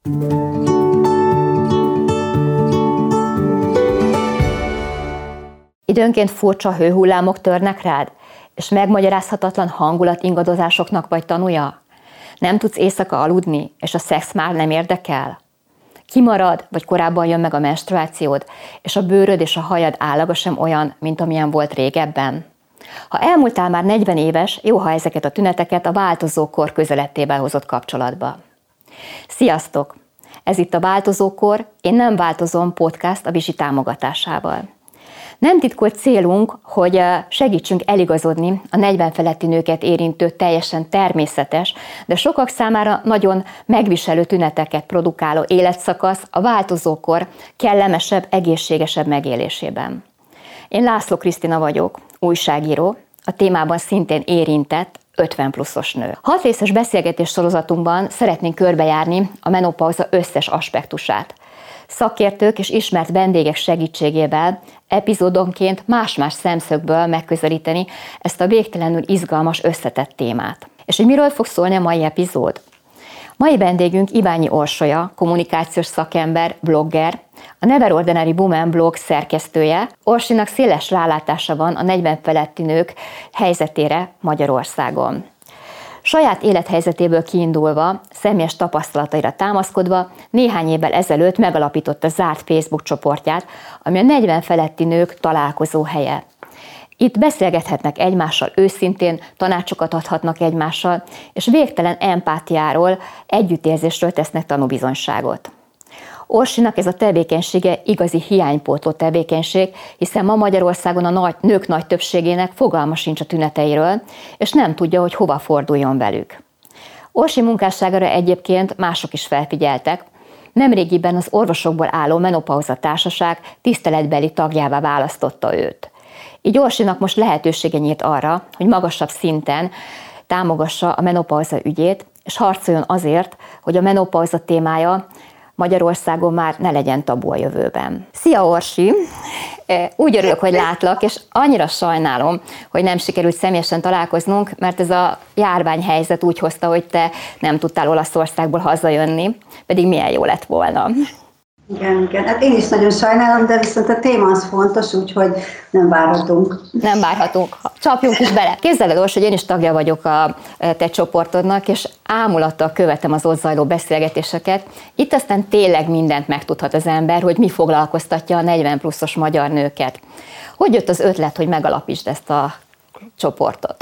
Időnként furcsa hőhullámok törnek rád, és megmagyarázhatatlan hangulatingadozásoknak vagy tanúja? Nem tudsz éjszaka aludni, és a szex már nem érdekel? Kimarad, vagy korábban jön meg a menstruációd, és a bőröd és a hajad állaga sem olyan, mint amilyen volt régebben? Ha elmúltál már 40 éves, jó, ha ezeket a tüneteket a változókor közelettével hozott kapcsolatba. Sziasztok! Ez itt a Változókor, Én nem változom podcast a Vizsi támogatásával. Nem titkolt célunk, hogy segítsünk eligazodni a 40 feletti nőket érintő teljesen természetes, de sokak számára nagyon megviselő tüneteket produkáló életszakasz a változókor kellemesebb, egészségesebb megélésében. Én László Krisztina vagyok, újságíró, a témában szintén érintett 50 pluszos nő. 6 részes beszélgetés sorozatunkban szeretnénk körbejárni a menopauza összes aspektusát. Szakértők és ismert vendégek segítségével epizódonként más-más szemszögből megközelíteni ezt a végtelenül izgalmas, összetett témát. És hogy miről fog szólni a mai epizód? Mai vendégünk Iványi Orsolya, kommunikációs szakember, blogger, a Never Ordinary Woman blog szerkesztője. Orsinak széles rálátása van a 40 feletti nők helyzetére Magyarországon. Saját élethelyzetéből kiindulva, személyes tapasztalataira támaszkodva néhány évvel ezelőtt megalapította zárt Facebook csoportját, ami a 40 feletti nők találkozó helye. Itt beszélgethetnek egymással őszintén, tanácsokat adhatnak egymással, és végtelen empátiáról, együttérzésről tesznek tanúbizonyságot. Orsinak ez a tevékenysége igazi hiánypótló tevékenység, hiszen ma Magyarországon a nők nagy többségének fogalma sincs a tüneteiről, és nem tudja, hogy hova forduljon velük. Orsi munkásságára egyébként mások is felfigyeltek. Nemrégiben az orvosokból álló menopauza társaság tiszteletbeli tagjává választotta őt. Így Orsinak most lehetősége nyílt arra, hogy magasabb szinten támogassa a menopauza ügyét, és harcoljon azért, hogy a menopauza témája Magyarországon már ne legyen tabu a jövőben. Szia Orsi! Úgy örülök, hogy látlak, és annyira sajnálom, hogy nem sikerült személyesen találkoznunk, mert ez a járványhelyzet úgy hozta, hogy te nem tudtál Olaszországból hazajönni, pedig milyen jó lett volna. Igen. Hát én is nagyon sajnálom, de viszont a téma az fontos, úgyhogy nem várhatunk. Nem várhatunk. Csapjunk is bele. Képzeld el, hogy én is tagja vagyok a te csoportodnak, és ámulattal követem az ott zajló beszélgetéseket. Itt aztán tényleg mindent megtudhat az ember, hogy mi foglalkoztatja a 40 pluszos magyar nőket. Hogy jött az ötlet, hogy megalapítsd ezt a csoportot?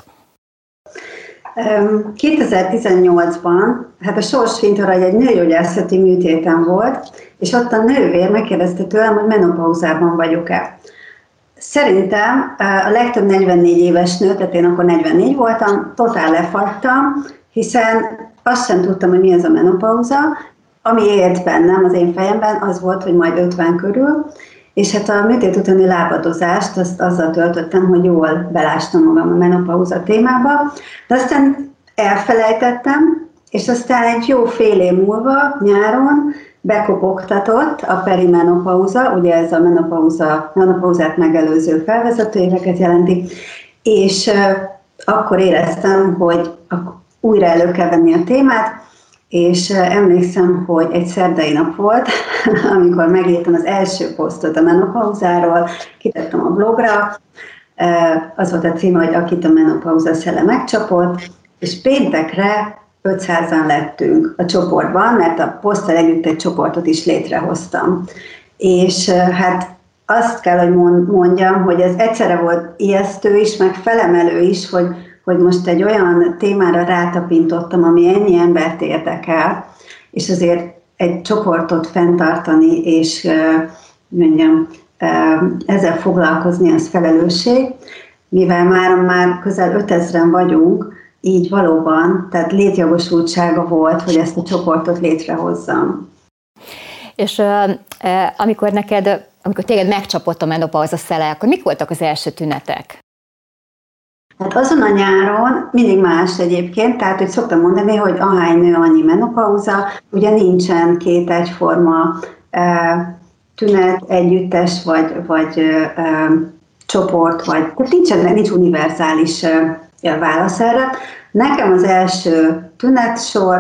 2018-ban, hát a sorsfintora egy nőgyógyászati műtéten volt, és ott a nővér megkérdezte tőlem, hogy menopauzában vagyok-e. Szerintem a legtöbb 44 éves nő, tehát én akkor 44 voltam, totál lefagytam, hiszen azt sem tudtam, hogy mi ez a menopauza. Ami élt bennem, az én fejemben, az volt, hogy majd 50 körül, és hát a műtét utáni lábadozást azt azzal töltöttem, hogy jól belástam magam a menopauza témába, de aztán elfelejtettem, és aztán egy jó fél év múlva, nyáron bekopogtatott a perimenopauza, ugye ez a menopauzát megelőző felvezető éveket jelenti, és akkor éreztem, hogy újra elő kell venni a témát, és emlékszem, hogy egy szerdai nap volt, amikor megírtam az első posztot a menopauzáról, kitettem a blogra, az volt a címe, hogy akit a menopauza szele megcsapott, és péntekre 500-an lettünk a csoportban, mert a poszttal együtt egy csoportot is létrehoztam. És hát azt kell, hogy mondjam, hogy ez egyszerre volt ijesztő is, meg felemelő is, hogy most egy olyan témára rátapintottam, ami ennyi embert érdekel, és azért egy csoportot fenntartani, és ezzel foglalkozni, az felelősség, mivel már közel 5000-en vagyunk, így valóban, tehát létjogosultsága volt, hogy ezt a csoportot létrehozzam. És amikor téged megcsapott a menopauza szele, akkor mik voltak az első tünetek? Hát azon a nyáron mindig más egyébként, tehát hogy szoktam mondani, hogy ahány nő, annyi menopauza, ugye nincsen két egyforma tünet, együttes vagy csoport, tehát nincs univerzális válasz erre. Nekem az első tünetsor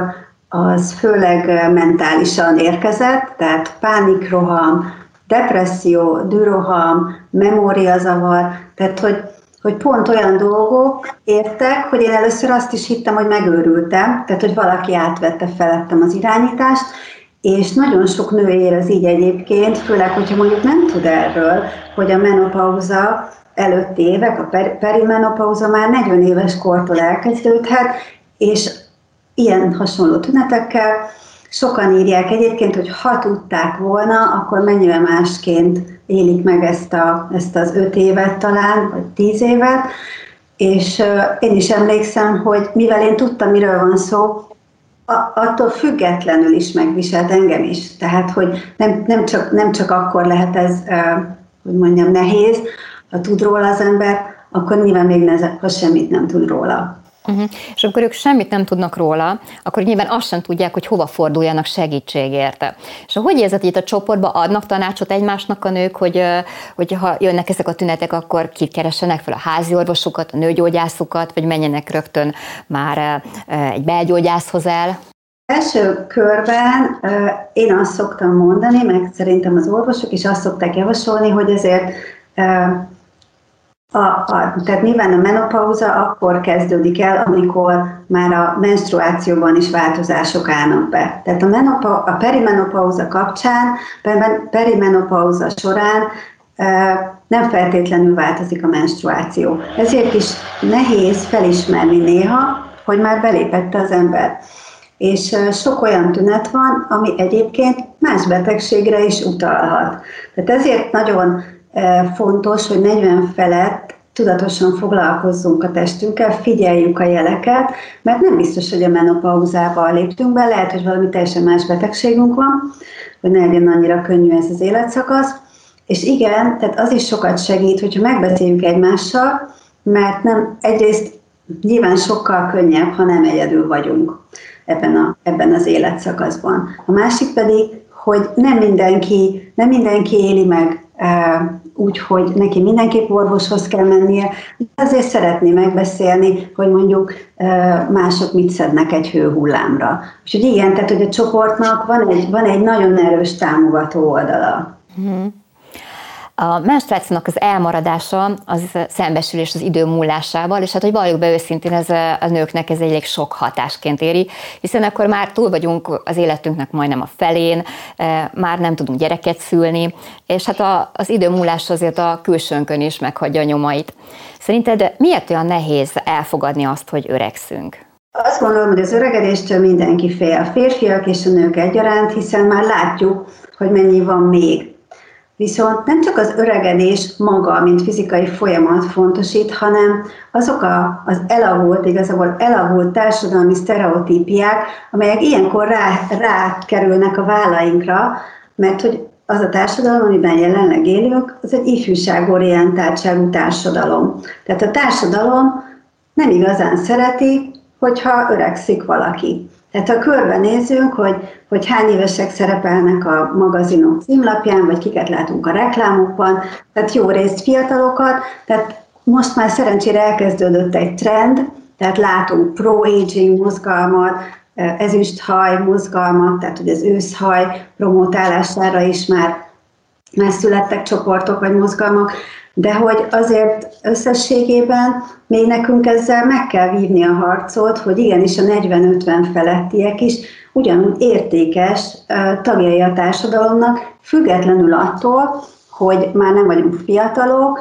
az főleg mentálisan érkezett, tehát pánikroham, depresszió, dühroham, memóriazavar, tehát hogy pont olyan dolgok értek, hogy én először azt is hittem, hogy megőrültem, tehát hogy valaki átvette felettem az irányítást, és nagyon sok nő érez így egyébként, főleg, hogyha mondjuk nem tud erről, hogy a menopauza előtti évek, a perimenopauza már 40 éves kortól elkezdődhet, és ilyen hasonló tünetekkel sokan írják egyébként, hogy ha tudták volna, akkor mennyire másként élik meg ezt az 5 évet talán, vagy 10 évet, és én is emlékszem, hogy mivel én tudtam, miről van szó, attól függetlenül is megviselt engem is. Tehát, hogy nem csak akkor lehet ez, hogy mondjam, nehéz, ha tud róla az ember, akkor nyilván még nehezebb, ha semmit nem tud róla. És amikor ők semmit nem tudnak róla, akkor nyilván azt sem tudják, hogy hova forduljanak segítségért. És hogy érzed, hogy itt a csoportban adnak tanácsot egymásnak a nők, hogy ha jönnek ezek a tünetek, akkor kit keressenek fel, a házi orvosukat, a nőgyógyászukat, vagy menjenek rögtön már egy belgyógyászhoz el? Első körben én azt szoktam mondani, meg szerintem az orvosok is azt szokták javasolni, hogy ezért tehát nyilván a menopauza akkor kezdődik el, amikor már a menstruációban is változások állnak be. Tehát a perimenopauza kapcsán, perimenopauza során nem feltétlenül változik a menstruáció. Ezért is nehéz felismerni néha, hogy már belépette az ember. És sok olyan tünet van, ami egyébként más betegségre is utalhat. Tehát ezért nagyon fontos, hogy 40 felett tudatosan foglalkozzunk a testünkkel, figyeljük a jeleket, mert nem biztos, hogy a menopauzába léptünk be, lehet, hogy valami teljesen más betegségünk van, hogy ne legyen annyira könnyű ez az életszakasz. És igen, tehát az is sokat segít, hogyha megbeszéljük egymással, mert nem, egyrészt nyilván sokkal könnyebb, ha nem egyedül vagyunk ebben az életszakaszban. A másik pedig, hogy nem mindenki éli meg úgy, hogy neki mindenképp orvoshoz kell mennie, de azért szeretné megbeszélni, hogy mondjuk mások mit szednek egy hőhullámra. Úgyhogy igen, tehát hogy a csoportnak van egy nagyon erős támogató oldala. A menstruációnak az elmaradása az szembesülés az idő múlásával, és hát, hogy valljuk be őszintén, ez a nőknek ez egy elég sok hatásként éri, hiszen akkor már túl vagyunk az életünknek majdnem a felén, már nem tudunk gyereket szülni, és hát az idő múlása azért a külsőnkön is meghagyja a nyomait. Szerinted miért olyan nehéz elfogadni azt, hogy öregszünk? Azt gondolom, hogy az öregedéstől mindenki fél, a férfiak és a nők egyaránt, hiszen már látjuk, hogy mennyi van még. Viszont nem csak az öregedés maga, mint fizikai folyamat fontos itt, hanem azok az igazából elavult társadalmi sztereotípiák, amelyek ilyenkor rákerülnek a vállainkra, mert hogy az a társadalom, amiben jelenleg élünk, az egy ifjúságorientáltságú társadalom. Tehát a társadalom nem igazán szereti, hogyha öregszik valaki. Tehát ha körbenézünk, hogy hány évesek szerepelnek a magazinok címlapján, vagy kiket látunk a reklámokban, tehát jó részt fiatalokat, tehát most már szerencsére elkezdődött egy trend, tehát látunk pro-aging mozgalmat, ezüsthaj mozgalmat, tehát hogy az őszhaj promotálására is már születtek csoportok vagy mozgalmak, de hogy azért összességében még nekünk ezzel meg kell vívni a harcot, hogy igenis a 40-50 felettiek is ugyanúgy értékes tagjai a társadalomnak, függetlenül attól, hogy már nem vagyunk fiatalok,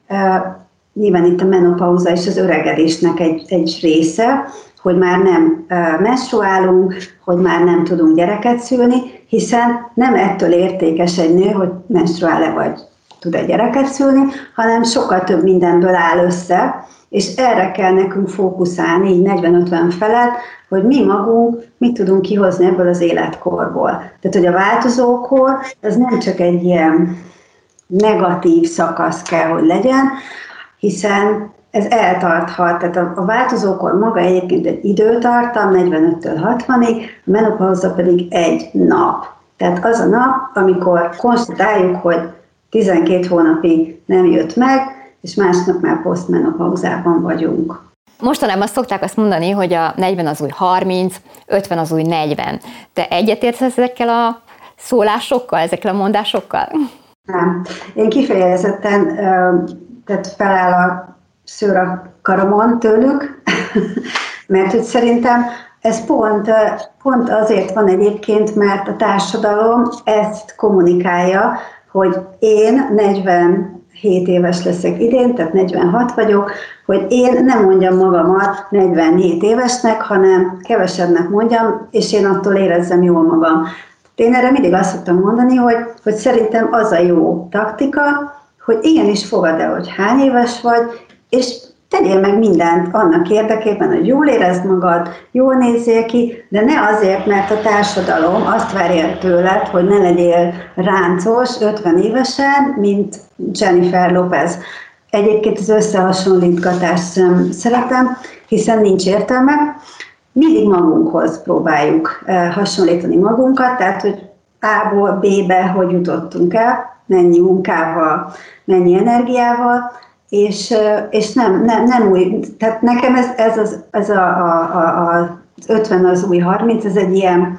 nyilván itt a menopauza és az öregedésnek egy része, hogy már nem menstruálunk, hogy már nem tudunk gyereket szülni, hiszen nem ettől értékes egy nő, hogy menstruál-e vagy tud egy gyereket szülni, hanem sokkal több mindenből áll össze, és erre kell nekünk fókuszálni, így 40-50 felett, hogy mi magunk mit tudunk kihozni ebből az életkorból. Tehát, hogy a változókor ez nem csak egy ilyen negatív szakasz kell, hogy legyen, hiszen ez eltarthat, tehát a változókor maga egyébként egy időtartam, 45-től 60-ig, a menopauza pedig egy nap. Tehát az a nap, amikor konstatáljuk, hogy 12 hónapig nem jött meg, és másnap már posztmenopauzában vagyunk. Mostanában szokták azt mondani, hogy a 40 az új 30, 50 az új 40. Te egyetértesz ezekkel a szólásokkal, ezekkel a mondásokkal? Nem. Én kifejezetten tehát feláll a szőr a karomon tőlük, mert hogy szerintem ez pont azért van egyébként, mert a társadalom ezt kommunikálja, hogy én 47 éves leszek idén, tehát 46 vagyok, hogy én nem mondjam magamat 47 évesnek, hanem kevesebbnek mondjam, és én attól érezzem jól magam. Én erre mindig azt szoktam mondani, hogy szerintem az a jó taktika, hogy igenis fogadd el, hogy hány éves vagy, és tegyél meg mindent annak érdekében, hogy jól érezd magad, jól nézzél ki, de ne azért, mert a társadalom azt várja tőled, hogy ne legyél ráncos 50 évesen, mint Jennifer Lopez. Egyébként az összehasonlítgatást sem szeretem, hiszen nincs értelme. Mindig magunkhoz próbáljuk hasonlítani magunkat, tehát hogy A-ból B-be hogy jutottunk el, mennyi munkával, mennyi energiával, és nem új. Tehát nekem ez az 50 az új 30, ez egy ilyen,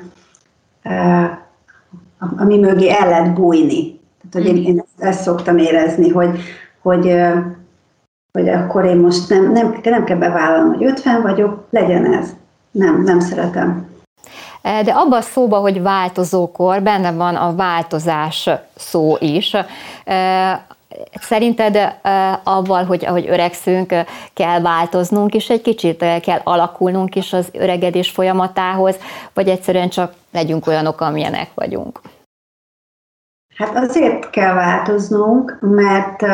ami mögé el lehet bújni. Tehát, hogy én ezt szoktam érezni, hogy akkor én most nem kell bevállalnom, hogy 50 vagyok, legyen ez. Nem szeretem. De abban a szóban, hogy változókor, benne van a változás szó is. Szerinted avval, hogy ahogy öregszünk, kell változnunk is egy kicsit, kell alakulnunk is az öregedés folyamatához, vagy egyszerűen csak legyünk olyanok, amilyenek vagyunk? Hát azért kell változnunk, mert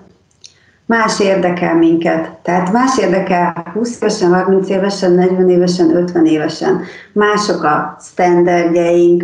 más érdekel minket. Tehát más érdekel 20 évesen, 30 évesen, 40 évesen, 50 évesen. Mások a sztenderdjeink,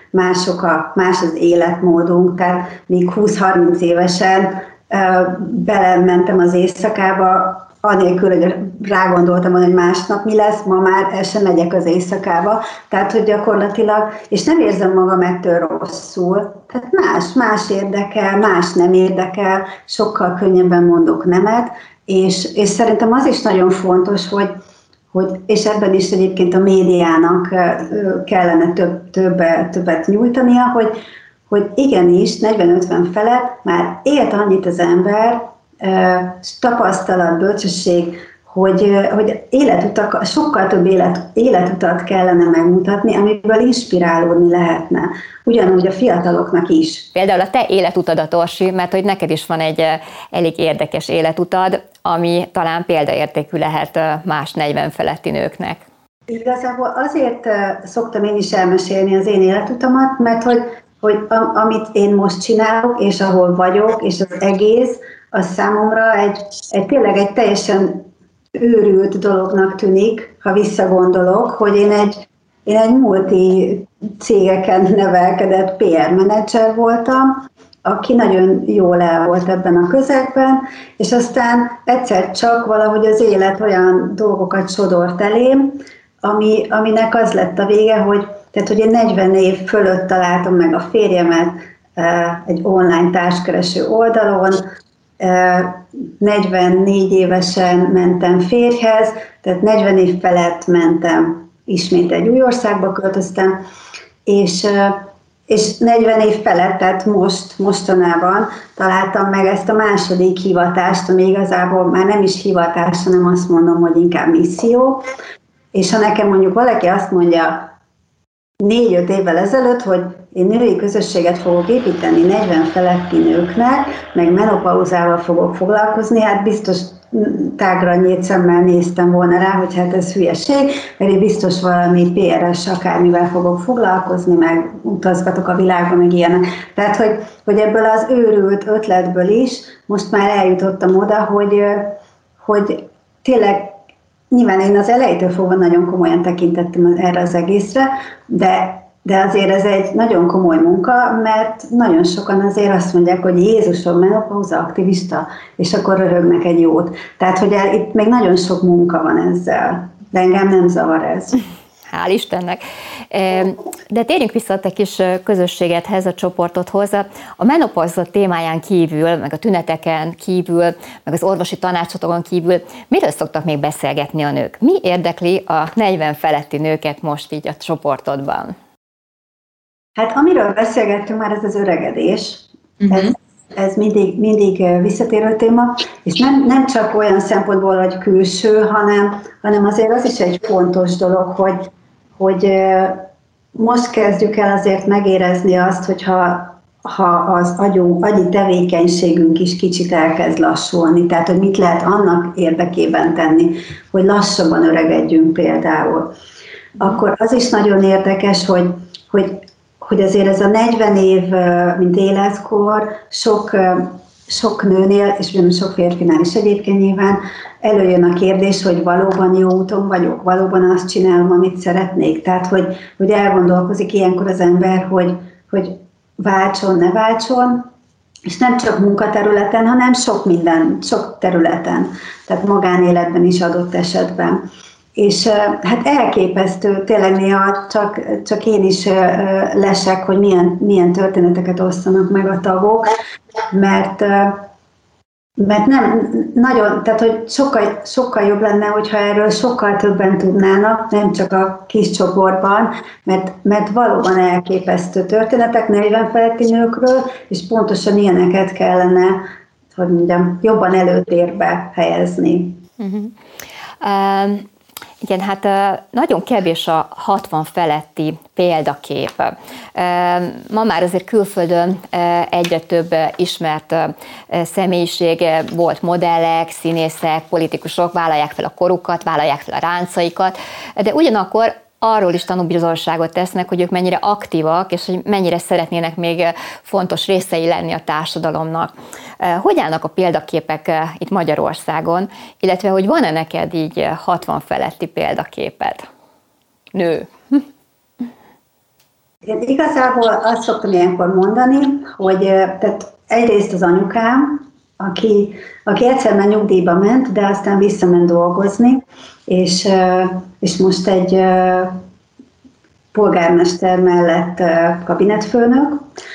más az életmódunk. Tehát míg 20-30 évesen belementem az éjszakába, anélkül, hogy rágondoltam, hogy másnap mi lesz, ma már el sem megyek az éjszakába. Tehát, hogy gyakorlatilag, és nem érzem magam ettől rosszul. Tehát más érdekel, más nem érdekel, sokkal könnyebben mondok nemet, és szerintem az is nagyon fontos, hogy és ebben is egyébként a médiának kellene többet nyújtania, hogy igenis 40-50 felett már élt annyit az ember, tapasztalat, bölcsesség, hogy sokkal több életutat kellene megmutatni, amiből inspirálódni lehetne. Ugyanúgy a fiataloknak is. Például a te életutadat, Orsi, mert hogy neked is van egy elég érdekes életutad, ami talán példaértékű lehet más 40 feletti nőknek. Igazából azért szoktam én is elmesélni az én életutamat, mert hogy amit én most csinálok, és ahol vagyok, és az egész, az számomra tényleg egy teljesen őrült dolognak tűnik, ha visszagondolok, hogy én egy multi cégeken nevelkedett PR menedzser voltam, aki nagyon jól el volt ebben a közegben, és aztán egyszer csak valahogy az élet olyan dolgokat sodort elém, aminek az lett a vége, hogy én 40 év fölött találtam meg a férjemet egy online társkereső oldalon, 44 évesen mentem férjhez, tehát 40 év felett mentem, ismét egy új országba költöztem, és 40 év felett, tehát mostanában találtam meg ezt a második hivatást, ami igazából már nem is hivatás, hanem azt mondom, hogy inkább misszió. És ha nekem mondjuk valaki azt mondja 4-5 évvel ezelőtt, hogy én női közösséget fogok építeni 40 feletti nőknek, meg menopauzával fogok foglalkozni, hát biztos tágra nyílt szemmel néztem volna rá, hogy hát ez hülyeség, mert én biztos valami PR-es akármivel fogok foglalkozni, meg utazgatok a világban, meg ilyenek. Tehát, hogy ebből az őrült ötletből is most már eljutottam oda, hogy tényleg nyilván én az elejétől fogva nagyon komolyan tekintettem erre az egészre, de azért ez egy nagyon komoly munka, mert nagyon sokan azért azt mondják, hogy Jézusom, menopauza aktivista, és akkor röhögnek egy jót. Tehát, hogy itt még nagyon sok munka van ezzel, de engem nem zavar ez. Hál' Istennek. De térjünk vissza a te kis közösségedhez, a csoportodhoz. A menopauza témáján kívül, meg a tüneteken kívül, meg az orvosi tanácsotokon kívül, miről szoktak még beszélgetni a nők? Mi érdekli a 40 feletti nőket most így a csoportodban? Hát amiről beszélgettünk már, ez az öregedés. Ez mindig visszatérő téma, és nem csak olyan szempontból, hogy külső, hanem azért az is egy fontos dolog, hogy most kezdjük el azért megérezni azt, hogyha az agyi tevékenységünk is kicsit elkezd lassulni, tehát hogy mit lehet annak érdekében tenni, hogy lassabban öregedjünk például. Akkor az is nagyon érdekes, hogy azért ez a 40 év, mint életkor, sok nőnél, és ugyanúgy sok férfinál is egyébként nyilván, előjön a kérdés, hogy valóban jó úton vagyok, valóban azt csinálom, amit szeretnék. Tehát, hogy elgondolkozik ilyenkor az ember, hogy váltson, ne váltson, és nem csak munkaterületen, hanem sok területen, tehát magánéletben is adott esetben. És hát elképesztő, tényleg néha csak én is lesek, hogy milyen történeteket osztanak meg a tagok, mert nem nagyon, tehát hogy sokkal jobb lenne, hogyha erről sokkal többen tudnának, nem csak a kis csoportban, mert valóban elképesztő történetek 40 feletti nőkről, és pontosan ilyeneket kellene, hogy mondjam, jobban előtérbe helyezni. Igen, hát nagyon kevés a 60 feletti példakép. Ma már azért külföldön egyre több ismert személyiség, volt modellek, színészek, politikusok, vállalják fel a korukat, vállalják fel a ráncaikat, de ugyanakkor arról is tanúbizonyságot tesznek, hogy ők mennyire aktívak, és hogy mennyire szeretnének még fontos részei lenni a társadalomnak. Hogy állnak a példaképek itt Magyarországon, illetve hogy van-e neked így 60 feletti példaképed? Nő. Én igazából azt szoktam ilyenkor mondani, hogy tehát egyrészt az anyukám, aki egyszer már nyugdíjba ment, de aztán visszament dolgozni, és most egy polgármester mellett kabinetfőnök.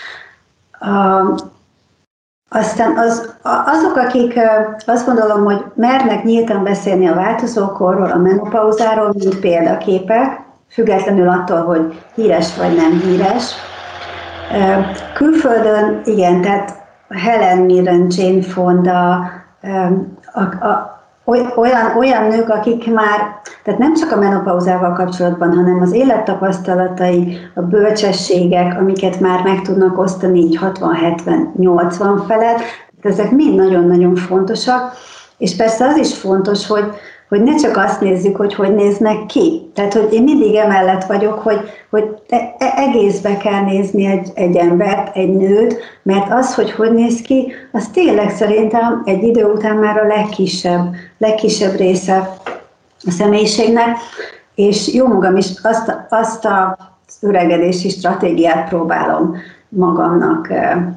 Aztán azok, akik azt gondolom, hogy mernek nyíltan beszélni a változókorról, a menopauzáról, mint példaképek, függetlenül attól, hogy híres vagy nem híres. Külföldön, igen, tehát Helen Mirren, Jane Fonda, olyan nők, akik már, tehát nem csak a menopauzával kapcsolatban, hanem az élettapasztalatai, a bölcsességek, amiket már meg tudnak osztani így 60-70-80 felett, ezek mind nagyon-nagyon fontosak, és persze az is fontos, hogy ne csak azt nézzük, hogy néznek ki. Tehát, hogy én mindig emellett vagyok, hogy egészbe kell nézni egy embert, egy nőt, mert az, hogy néz ki, az tényleg szerintem egy idő után már a legkisebb része a személyiségnek, és jó magam is azt az öregedési stratégiát próbálom magamnak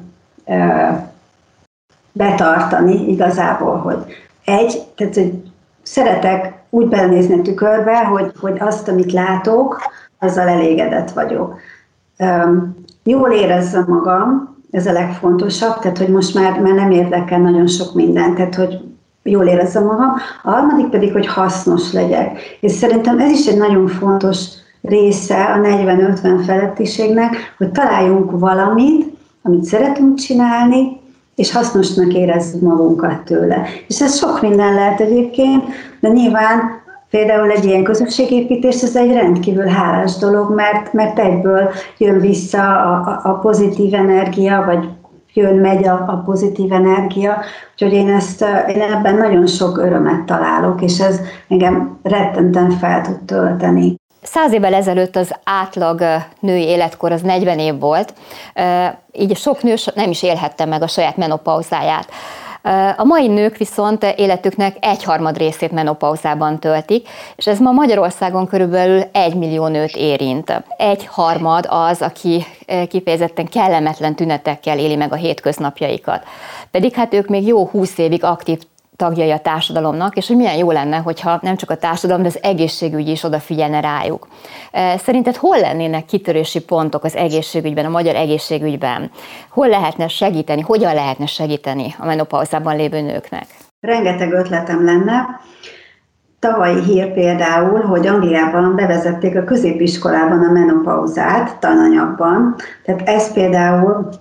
betartani igazából, hogy szeretek úgy belenézni a tükörbe, hogy azt, amit látok, azzal elégedett vagyok. Jól érezzem magam, ez a legfontosabb, tehát hogy most már nem érdekel nagyon sok minden, tehát hogy jól érezzem magam. A harmadik pedig, hogy hasznos legyek. És szerintem ez is egy nagyon fontos része a 40-50 felettiségnek, hogy találjunk valamit, amit szeretünk csinálni, és hasznosnak érezzük magunkat tőle. És ez sok minden lehet egyébként, de nyilván például egy ilyen közösségépítés, ez egy rendkívül hálás dolog, mert egyből jön vissza a pozitív energia, vagy jön-megy a pozitív energia, úgyhogy én ebben nagyon sok örömet találok, és ez engem rettenten fel tud tölteni. 100 évvel ezelőtt az átlag női életkor az 40 év volt, így sok nő nem is élhette meg a saját menopauzáját. A mai nők viszont életüknek 1/3 részét menopauzában töltik, és ez ma Magyarországon körülbelül 1 millió nőt érint. 1/3 az, aki kifejezetten kellemetlen tünetekkel éli meg a hétköznapjaikat. Pedig hát ők még jó 20 évig aktív tagjai a társadalomnak, és hogy milyen jó lenne, hogyha nem csak a társadalom, de az egészségügy is odafigyelne rájuk. Szerinted hol lennének kitörési pontok az egészségügyben, a magyar egészségügyben? Hol lehetne segíteni, hogyan lehetne segíteni a menopauzában lévő nőknek? Rengeteg ötletem lenne. Tavalyi hír például, hogy Angliában bevezették a középiskolában a menopauzát tananyagban. Tehát ez például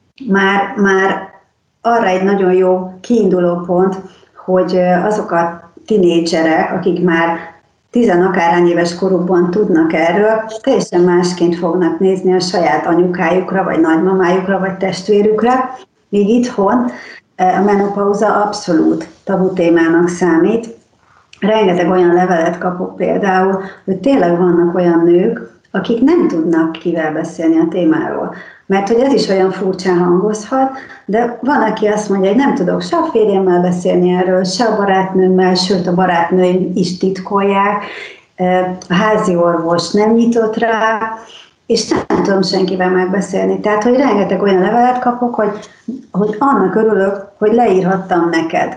már arra egy nagyon jó kiinduló pont, hogy azok a tinédzserek, akik már akárhány éves korukban tudnak erről, teljesen másként fognak nézni a saját anyukájukra, vagy nagymamájukra, vagy testvérükre, míg itthon a menopauza abszolút tabu témának számít. Rengeteg olyan levelet kapok például, hogy tényleg vannak olyan nők, akik nem tudnak kivel beszélni a témáról. Mert hogy ez is olyan furcsán hangozhat, de van, aki azt mondja, hogy nem tudok se a férjemmel beszélni erről, se a barátnőmmel, sőt a barátnőim is titkolják, a házi orvos nem nyitott rá, és nem tudom senkivel megbeszélni. Tehát, hogy rengeteg olyan levelet kapok, hogy annak örülök, hogy leírhattam neked.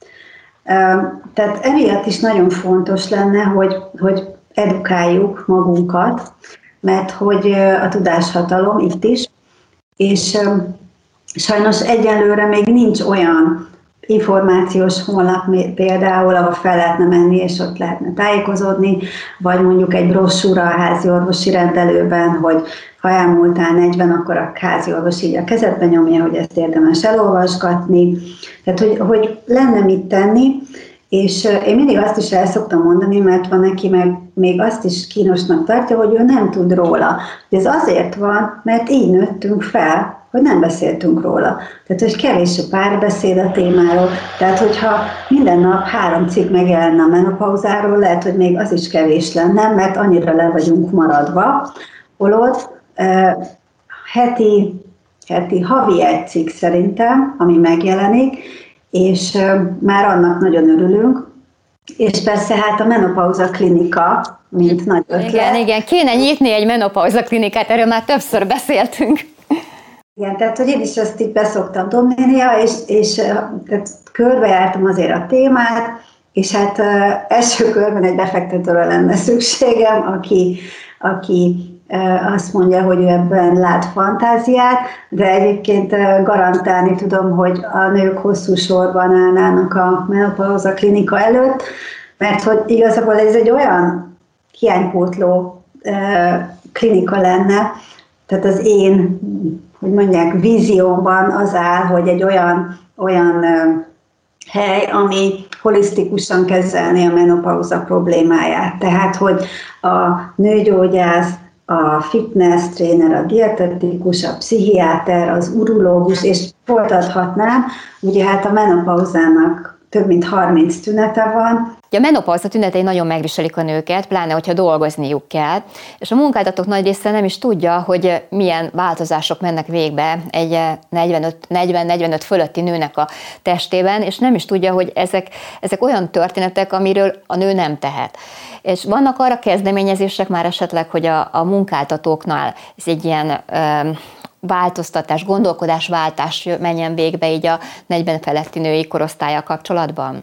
Tehát emiatt is nagyon fontos lenne, hogy edukáljuk magunkat, mert hogy a tudáshatalom itt is, és sajnos egyelőre még nincs olyan információs honlap például, ahol fel lehetne menni, és ott lehetne tájékozódni, vagy mondjuk egy brossúra a házi orvosi rendelőben, hogy ha elmúltál 40, akkor a házi orvos így a kezedbe nyomja, hogy ezt érdemes elolvasgatni. Tehát, hogy lenne mit tenni, és én mindig azt is el szoktam mondani, mert van neki meg még azt is kínosnak tartja, hogy ő nem tud róla. De ez azért van, mert így nőttünk fel, hogy nem beszéltünk róla. Tehát, hogy kevés a párbeszéd a témáról. Tehát, hogyha minden nap 3 cikk megjelenne a menopauzáról, lehet, hogy még az is kevés lenne, mert annyira le vagyunk maradva. Holott havi 1 cikk szerintem, ami megjelenik, és már annak nagyon örülünk. És persze hát a menopauza klinika, mint nagy ötlet. Igen, kéne nyitni egy menopauza klinikát, erről már többször beszéltünk. Igen, tehát hogy én is ezt így beszoktam dobni, és tehát körbejártam azért a témát, és hát első körben egy befektetőre lenne szükségem, aki azt mondja, hogy ő ebben lát fantáziát, de egyébként garantálni tudom, hogy a nők hosszú sorban állnának a menopauza klinika előtt, mert hogy igazából ez egy olyan hiánypótló klinika lenne, tehát az én, hogy mondják, víziómban az áll, hogy egy olyan hely, ami holisztikusan kezelni a menopauza problémáját. Tehát, hogy a nőgyógyász, a fitness tréner, a dietetikus, a pszichiáter, az urológus, és folytathatnám, ugye hát a menopauzának több mint 30 tünete van. A menopauza tünetei nagyon megviselik a nőket, pláne, hogyha dolgozniuk kell, és a munkáltatók nagy része nem is tudja, hogy milyen változások mennek végbe egy 40-45 fölötti nőnek a testében, és nem is tudja, hogy ezek olyan történetek, amiről a nő nem tehet. És vannak arra kezdeményezések már esetleg, hogy a munkáltatóknál ez egy ilyen változtatás, gondolkodásváltás menjen végbe így a 40 feletti női korosztállyal kapcsolatban?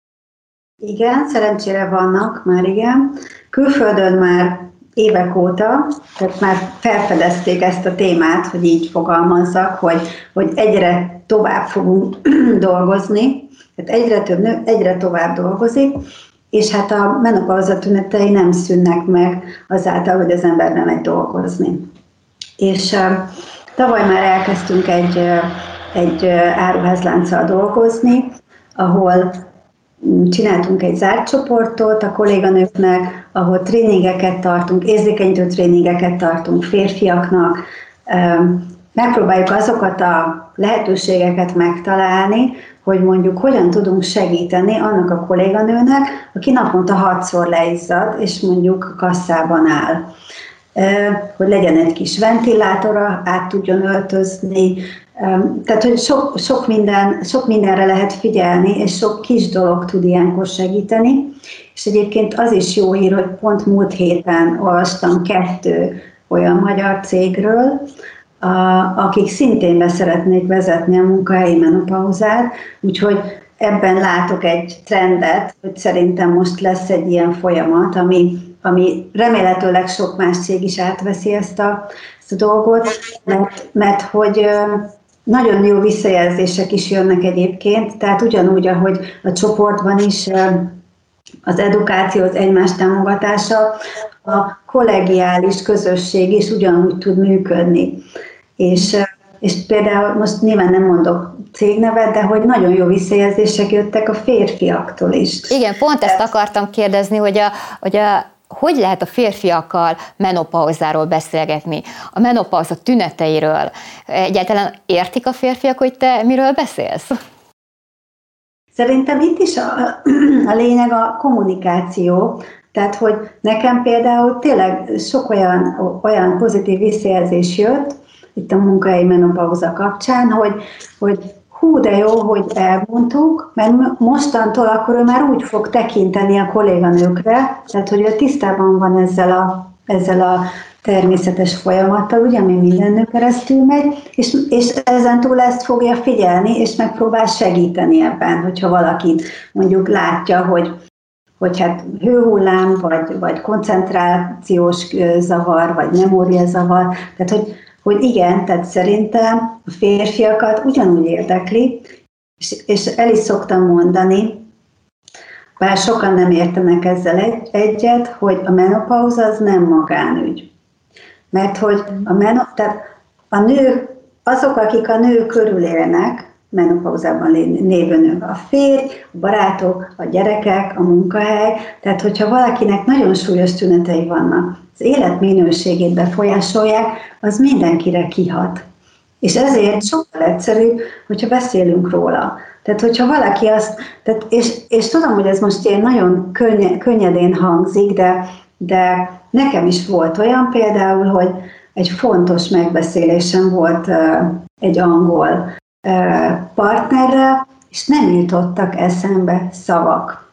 Igen, szerencsére vannak már, igen. Külföldön már évek óta, tehát már felfedezték ezt a témát, hogy így fogalmazzak, hogy egyre tovább fogunk dolgozni, tehát egyre több nő egyre tovább dolgozik, és hát a menopauza tünetei nem szűnnek meg azáltal, hogy az ember nem megy dolgozni. És tavaly már elkezdtünk egy áruházlánccal dolgozni, ahol csináltunk egy zárt csoportot a kolléganőknek, ahol tréningeket tartunk, érzékenyítő tréningeket tartunk férfiaknak. Megpróbáljuk azokat a lehetőségeket megtalálni, hogy mondjuk hogyan tudunk segíteni annak a kolléganőnek, aki naponta 6-szor leizzad, és mondjuk kasszában áll. Hogy legyen egy kis ventilátora, át tudjon öltözni. Tehát, hogy sok mindenre lehet figyelni, és sok kis dolog tud ilyenkor segíteni. És egyébként az is jó hír, hogy pont múlt héten olvastam 2 olyan magyar cégről, akik szintén be szeretnék vezetni a munkahelyi menopauzát, úgyhogy ebben látok egy trendet, hogy szerintem most lesz egy ilyen folyamat, ami remélhetőleg sok más cég is átveszi ezt a dolgot, mert hogy nagyon jó visszajelzések is jönnek egyébként, tehát ugyanúgy, ahogy a csoportban is az edukáció, az egymás támogatása, a kollegiális közösség is ugyanúgy tud működni. És például most nyilván nem mondok cégnevet, de hogy nagyon jó visszajelzések jöttek a férfiaktól is. Igen, pont ezt akartam kérdezni, hogy lehet a férfiakkal menopauzáról beszélgetni, a menopauza tüneteiről. Egyáltalán értik a férfiak, hogy te miről beszélsz? Szerintem itt is a lényeg a kommunikáció, tehát hogy nekem például tényleg sok olyan pozitív visszajelzés jött, itt a munkahelyi menopauza kapcsán, hogy hú, de jó, hogy elmondtuk, mert mostantól akkor ő már úgy fog tekinteni a kolléganőkre, tehát hogy ő tisztában van ezzel a természetes folyamattal, ugye, ami minden nő keresztül megy, és ezentúl ezt fogja figyelni, és megpróbál segíteni ebben, hogyha valaki mondjuk látja, hogy hát hőhullám, vagy koncentrációs zavar, vagy memóriazavar, tehát hogy igen, tehát szerintem a férfiakat ugyanúgy érdekli, és el is szoktam mondani, bár sokan nem értenek ezzel egyet, hogy a menopauza az nem magánügy. Mert hogy tehát a nők, azok, akik a nő körül élnek, menopauzában lévő nők, a férj, a barátok, a gyerekek, a munkahely, tehát hogyha valakinek nagyon súlyos tünetei vannak, az életminőségét befolyásolják, az mindenkire kihat. És ezért sokkal egyszerűbb, hogyha beszélünk róla. Tehát, hogyha valaki azt, és tudom, hogy ez most ilyen nagyon könnyedén hangzik, de nekem is volt olyan például, hogy egy fontos megbeszélésem volt egy angol partnerrel, és nem jutottak eszembe szavak.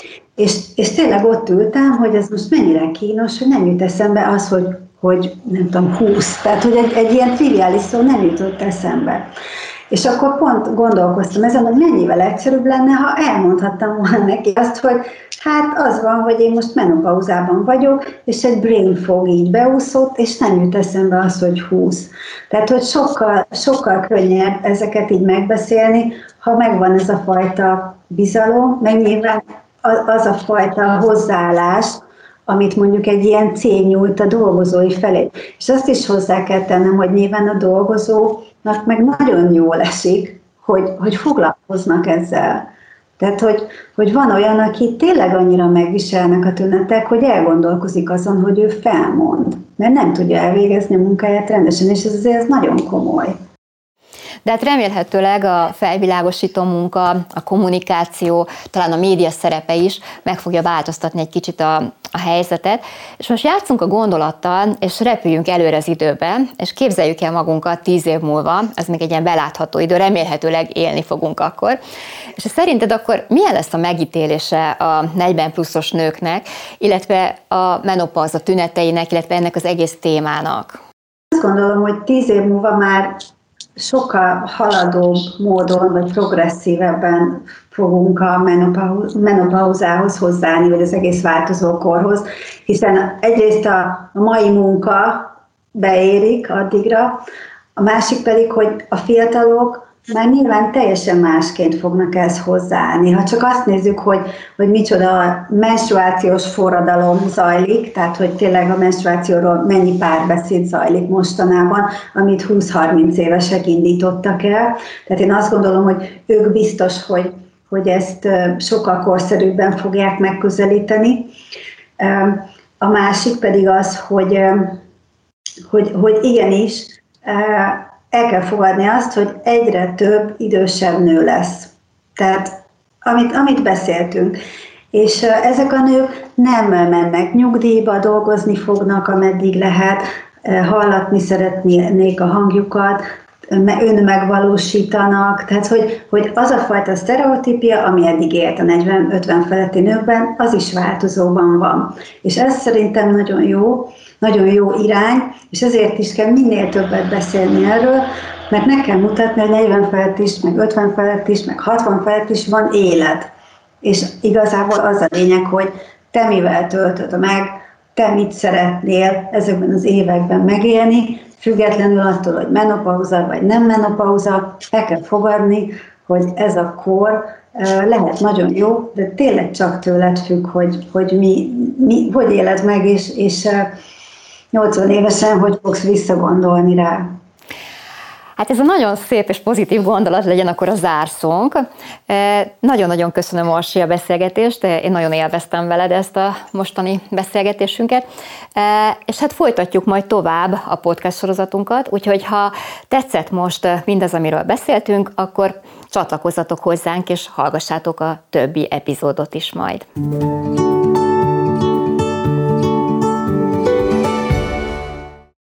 És tényleg ott ültem, hogy ez most mennyire kínos, hogy nem jut eszembe az, hogy nem tudom, 20. Tehát, hogy egy ilyen triviális szó nem jutott eszembe. És akkor pont gondolkoztam ezen, hogy mennyivel egyszerűbb lenne, ha elmondhattam volna neki azt, hogy hát az van, hogy én most menopauzában vagyok, és egy brain fog így beúszott, és nem jut eszembe az, hogy 20. Tehát, hogy sokkal könnyebb ezeket így megbeszélni, ha megvan ez a fajta bizalom, meg nyilván az a fajta hozzáállás, amit mondjuk egy ilyen cég nyújt a dolgozói felé. És azt is hozzá kell tennem, hogy nyilván a dolgozónak meg nagyon jól esik, hogy foglalkoznak ezzel. Tehát, hogy van olyan, aki tényleg annyira megviselnek a tünetek, hogy elgondolkozik azon, hogy ő felmond, mert nem tudja elvégezni a munkáját rendesen, és ez azért nagyon komoly. De hát remélhetőleg a felvilágosító munka, a kommunikáció, talán a média szerepe is meg fogja változtatni egy kicsit a helyzetet. És most játszunk a gondolattal, és repüljünk előre az időbe, és képzeljük el magunkat 10 év múlva, ez még egy ilyen belátható idő, remélhetőleg élni fogunk akkor. És szerinted akkor milyen lesz a megítélése a 40 pluszos nőknek, illetve a menopauza tüneteinek, illetve ennek az egész témának? Azt gondolom, hogy 10 év múlva már sokkal haladóbb módon, vagy progresszívebben fogunk a menopauzához hozzáállni, vagy az egész változókorhoz, hiszen egyrészt a mai munka beérik addigra, a másik pedig, hogy a fiatalok már nyilván teljesen másként fognak ehhez hozzáállni. Ha csak azt nézzük, hogy micsoda menstruációs forradalom zajlik, tehát hogy tényleg a menstruációról mennyi párbeszéd zajlik mostanában, amit 20-30 évesek indítottak el. Tehát én azt gondolom, hogy ők biztos, hogy ezt sokkal korszerűbben fogják megközelíteni. A másik pedig az, hogy igenis, el kell fogadni azt, hogy egyre több idősebb nő lesz. Tehát amit beszéltünk. És ezek a nők nem mennek nyugdíjba, dolgozni fognak, ameddig lehet, hallatni szeretnék a hangjukat, önmegvalósítanak, tehát hogy az a fajta sztereotípia, ami eddig élt a 40-50 feletti nőkben, az is változóban van. És ez szerintem nagyon jó irány, és ezért is kell minél többet beszélni erről, mert meg kell mutatni, hogy 40 felett is, meg 50 felett is, meg 60 felett is van élet. És igazából az a lényeg, hogy te mivel töltöd meg, te mit szeretnél ezekben az években megélni, függetlenül attól, hogy menopauza vagy nem menopauza, el kell fogadni, hogy ez a kor lehet nagyon jó, de tényleg csak tőled függ, hogy hogy éled meg, és 80 évesen hogy fogsz visszagondolni rá. Hát ez a nagyon szép és pozitív gondolat legyen akkor a zárszónk. Nagyon-nagyon köszönöm, Orsi, a beszélgetést, én nagyon élveztem veled ezt a mostani beszélgetésünket, és hát folytatjuk majd tovább a podcast sorozatunkat, úgyhogy ha tetszett most mindaz, amiről beszéltünk, akkor csatlakozzatok hozzánk, és hallgassátok a többi epizódot is majd.